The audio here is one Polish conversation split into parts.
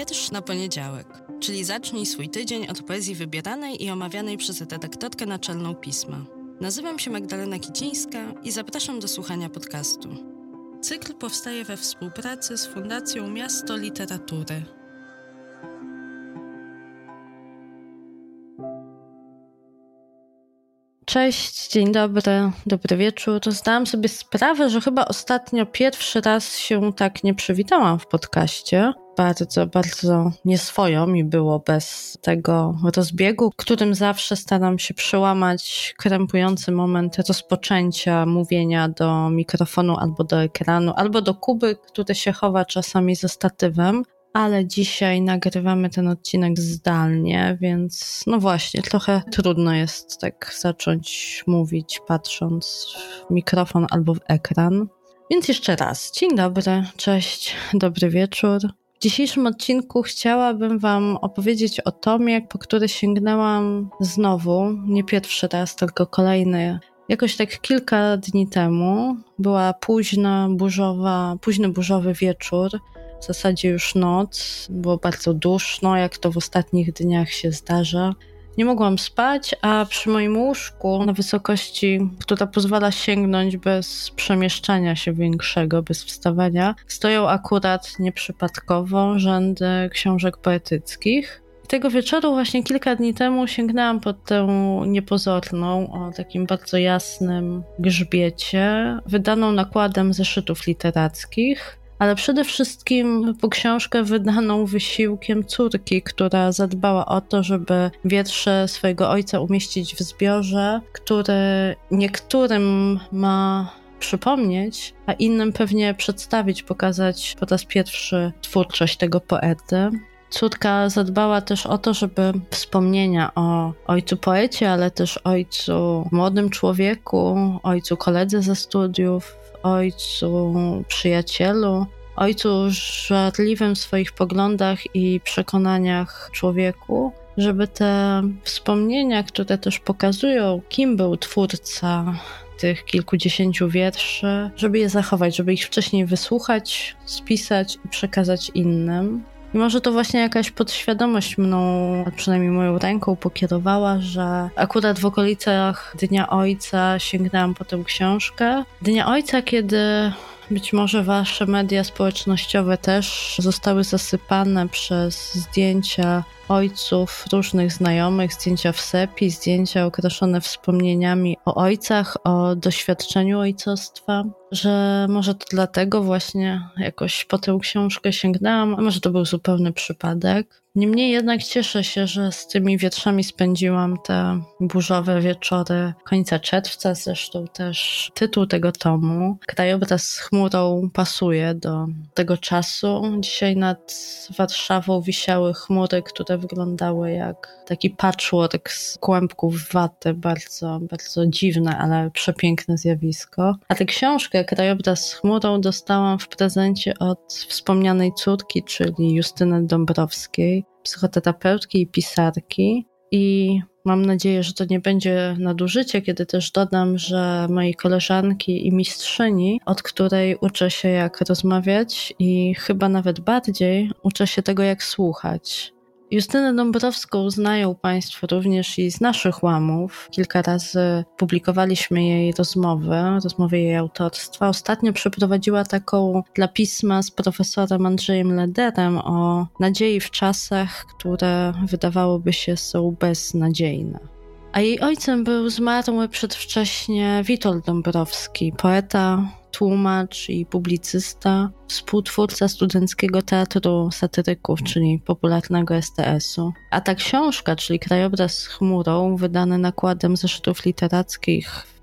Wiersz na poniedziałek, czyli zacznij swój tydzień od poezji wybieranej i omawianej przez redaktorkę naczelną pisma. Nazywam się Magdalena Kicińska i zapraszam do słuchania podcastu. Cykl powstaje we współpracy z Fundacją Miasto Literatury. Cześć, dzień dobry, dobry wieczór. Zdałam sobie sprawę, że chyba ostatnio pierwszy raz się tak nie przywitałam w podcaście. Bardzo nieswojo mi było bez tego rozbiegu, którym zawsze staram się przełamać krępujący moment rozpoczęcia mówienia do mikrofonu albo do ekranu, albo do Kuby, który się chowa czasami ze statywem. Ale dzisiaj nagrywamy ten odcinek zdalnie, więc no właśnie, trochę trudno jest tak zacząć mówić patrząc w mikrofon albo w ekran. Więc jeszcze raz, dzień dobry, cześć, dobry wieczór. W dzisiejszym odcinku chciałabym Wam opowiedzieć o tomie, po który sięgnęłam znowu, nie pierwszy raz, tylko kolejny, jakoś tak kilka dni temu. Była późny burzowy wieczór, w zasadzie już noc, było bardzo duszno, jak to w ostatnich dniach się zdarza. Nie mogłam spać, a przy moim łóżku na wysokości, która pozwala sięgnąć bez przemieszczania się większego, bez wstawania, stoją akurat nieprzypadkowo rzędy książek poetyckich. Tego wieczoru właśnie kilka dni temu sięgnęłam po tę niepozorną, o takim bardzo jasnym grzbiecie, wydaną nakładem zeszytów literackich, ale przede wszystkim po książkę wydaną wysiłkiem córki, która zadbała o to, żeby wiersze swojego ojca umieścić w zbiorze, który niektórym ma przypomnieć, a innym pewnie przedstawić, pokazać po raz pierwszy twórczość tego poety. Córka zadbała też o to, żeby wspomnienia o ojcu poecie, ale też ojcu młodym człowieku, ojcu koledze ze studiów, ojcu przyjacielu, ojcu żarliwym w swoich poglądach i przekonaniach człowieku, żeby te wspomnienia, które też pokazują, kim był twórca tych kilkudziesięciu wierszy, żeby je zachować, żeby ich wcześniej wysłuchać, spisać i przekazać innym. I może to właśnie jakaś podświadomość mną, a przynajmniej moją ręką pokierowała, że akurat w okolicach Dnia Ojca sięgnęłam po tę książkę. Dnia Ojca, kiedy być może wasze media społecznościowe też zostały zasypane przez zdjęcia ojców różnych znajomych, zdjęcia w sepi, zdjęcia okraszone wspomnieniami o ojcach, o doświadczeniu ojcostwa, że może to dlatego właśnie jakoś po tę książkę sięgnęłam, a może to był zupełny przypadek. Niemniej jednak cieszę się, że z tymi wierszami spędziłam te burzowe wieczory końca czerwca, zresztą też tytuł tego tomu. Krajobraz z chmurą pasuje do tego czasu. Dzisiaj nad Warszawą wisiały chmury, które wyglądały jak taki patchwork z kłębków waty, bardzo dziwne, ale przepiękne zjawisko. A tę książkę Krajobraz z chmurą dostałam w prezencie od wspomnianej córki, czyli Justyny Dąbrowskiej, psychoterapeutki i pisarki. I mam nadzieję, że to nie będzie nadużycie, kiedy też dodam, że mojej koleżanki i mistrzyni, od której uczę się jak rozmawiać i chyba nawet bardziej uczę się tego jak słuchać. Justynę Dąbrowską znają Państwo również i z naszych łamów. Kilka razy publikowaliśmy jej rozmowy jej autorstwa. Ostatnio przeprowadziła taką dla pisma z profesorem Andrzejem Lederem o nadziei w czasach, które wydawałoby się są beznadziejne. A jej ojcem był zmarły przedwcześnie Witold Dąbrowski, poeta, tłumacz i publicysta, współtwórca Studenckiego Teatru Satyryków, czyli popularnego STS-u. A ta książka, czyli Krajobraz z chmurą, wydany nakładem zeszytów literackich w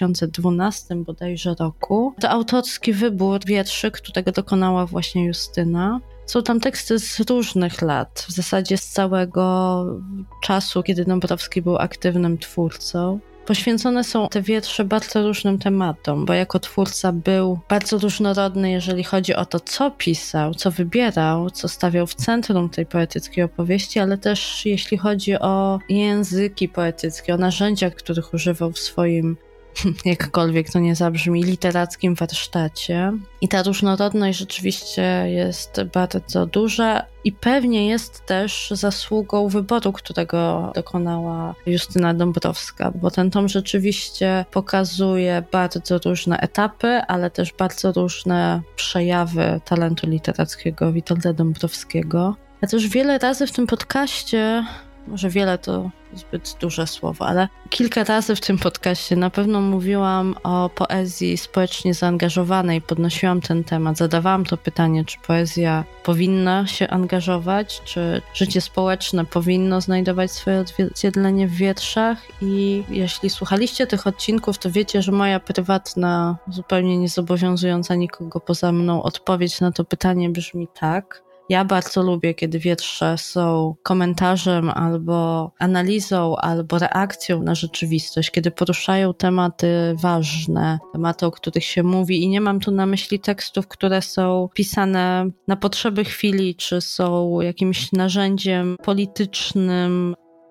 2012 bodajże roku, to autorski wybór wierszy, którego dokonała właśnie Justyna. Są tam teksty z różnych lat, w zasadzie z całego czasu, kiedy Dąbrowski był aktywnym twórcą. Poświęcone są te wiersze bardzo różnym tematom, bo jako twórca był bardzo różnorodny, jeżeli chodzi o to, co pisał, co wybierał, co stawiał w centrum tej poetyckiej opowieści, ale też jeśli chodzi o języki poetyckie, o narzędzia, których używał w swoim jakkolwiek to nie zabrzmi, literackim warsztacie. I ta różnorodność rzeczywiście jest bardzo duża i pewnie jest też zasługą wyboru, którego dokonała Justyna Dąbrowska, bo ten tom rzeczywiście pokazuje bardzo różne etapy, ale też bardzo różne przejawy talentu literackiego Witolda Dąbrowskiego. Ja też wiele razy w tym podcaście, może wiele to zbyt duże słowo, ale kilka razy w tym podcaście na pewno mówiłam o poezji społecznie zaangażowanej, podnosiłam ten temat, zadawałam to pytanie, czy poezja powinna się angażować, czy życie społeczne powinno znajdować swoje odzwierciedlenie w wierszach i jeśli słuchaliście tych odcinków, to wiecie, że moja prywatna, zupełnie niezobowiązująca nikogo poza mną odpowiedź na to pytanie brzmi tak. Ja bardzo lubię, kiedy wiersze są komentarzem albo analizą, albo reakcją na rzeczywistość, kiedy poruszają tematy ważne, tematy, o których się mówi i nie mam tu na myśli tekstów, które są pisane na potrzeby chwili, czy są jakimś narzędziem politycznym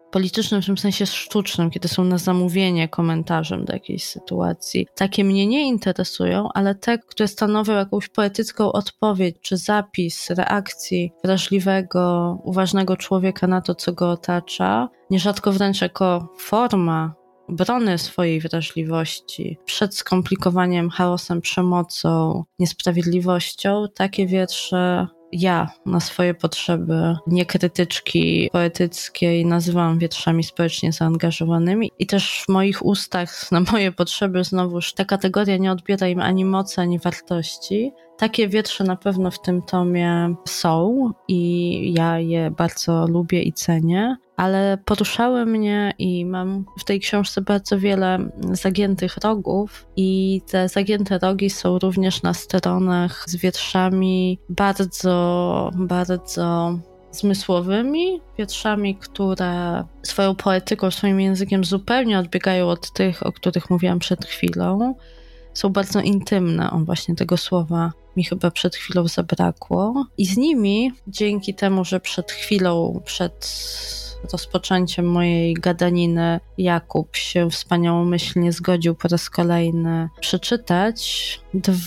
w tym sensie sztucznym, kiedy są na zamówienie komentarzem do jakiejś sytuacji. Takie mnie nie interesują, ale te, które stanowią jakąś poetycką odpowiedź, czy zapis reakcji wrażliwego, uważnego człowieka na to, co go otacza, nierzadko wręcz jako forma obrony swojej wrażliwości przed skomplikowaniem, chaosem, przemocą, niesprawiedliwością, takie wiersze ja na swoje potrzeby niekrytyczki poetyckiej nazywam wierszami społecznie zaangażowanymi i też w moich ustach na moje potrzeby znowuż ta kategoria nie odbiera im ani mocy, ani wartości. Takie wiersze na pewno w tym tomie są i ja je bardzo lubię i cenię, ale poruszały mnie i mam w tej książce bardzo wiele zagiętych rogów i te zagięte rogi są również na stronach z wierszami bardzo, bardzo zmysłowymi, wierszami, które swoją poetyką, swoim językiem zupełnie odbiegają od tych, o których mówiłam przed chwilą. Są bardzo intymne, właśnie tego słowa mi chyba przed chwilą zabrakło. I z nimi, dzięki temu, że przed chwilą, przed rozpoczęciem mojej gadaniny Jakub się wspaniałomyślnie zgodził po raz kolejny przeczytać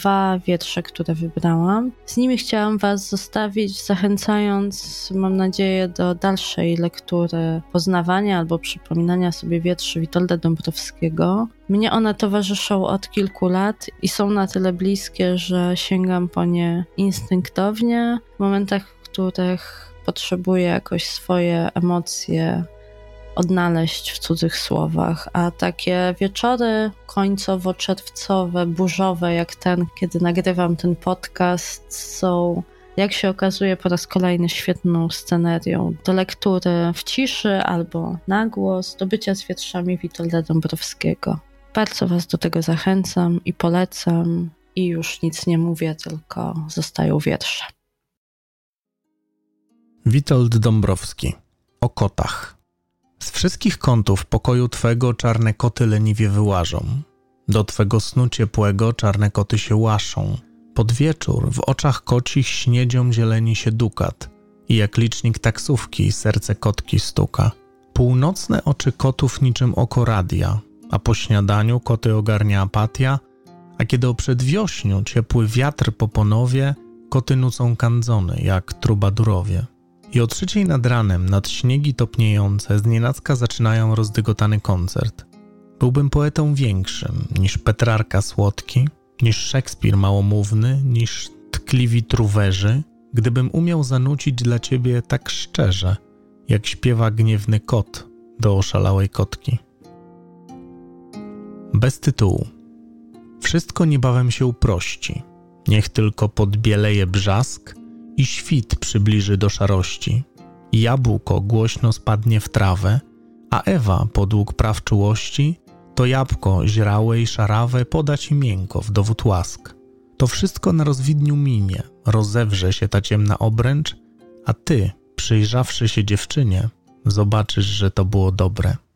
2 wiersze, które wybrałam. Z nimi chciałam was zostawić, zachęcając, mam nadzieję, do dalszej lektury, poznawania albo przypominania sobie wierszy Witolda Dąbrowskiego. Mnie one towarzyszą od kilku lat i są na tyle bliskie, że sięgam po nie instynktownie w momentach, w których potrzebuję jakoś swoje emocje odnaleźć w cudzych słowach, a takie wieczory końcowo-czerwcowe, burzowe jak ten, kiedy nagrywam ten podcast, są, jak się okazuje, po raz kolejny świetną scenerią do lektury w ciszy albo na głos, do bycia z wierszami Witolda Dąbrowskiego. Bardzo was do tego zachęcam i polecam i już nic nie mówię, tylko zostają wiersze. Witold Dąbrowski. O kotach. Z wszystkich kątów pokoju twego czarne koty leniwie wyłażą. Do twego snu ciepłego czarne koty się łaszą. Pod wieczór w oczach kocich śniedzią zieleni się dukat i jak licznik taksówki serce kotki stuka. Północne oczy kotów niczym oko radia, a po śniadaniu koty ogarnia apatia, a kiedy o przedwiośniu ciepły wiatr po ponowie, koty nucą kandzony jak trubadurowie. I o 3:00 nad ranem nad śniegi topniejące znienacka zaczynają rozdygotany koncert. Byłbym poetą większym niż Petrarka słodki, niż Szekspir małomówny, niż tkliwi truwerzy, gdybym umiał zanucić dla ciebie tak szczerze, jak śpiewa gniewny kot do oszalałej kotki. Bez tytułu. Wszystko niebawem się uprości. Niech tylko podbieleje brzask i świt przybliży do szarości. Jabłko głośno spadnie w trawę, a Ewa podług praw czułości to jabłko źrałe i szarawe poda ci miękko w dowód łask. To wszystko na rozwidniu minie, rozewrze się ta ciemna obręcz, a ty, przyjrzawszy się dziewczynie, zobaczysz, że to było dobre.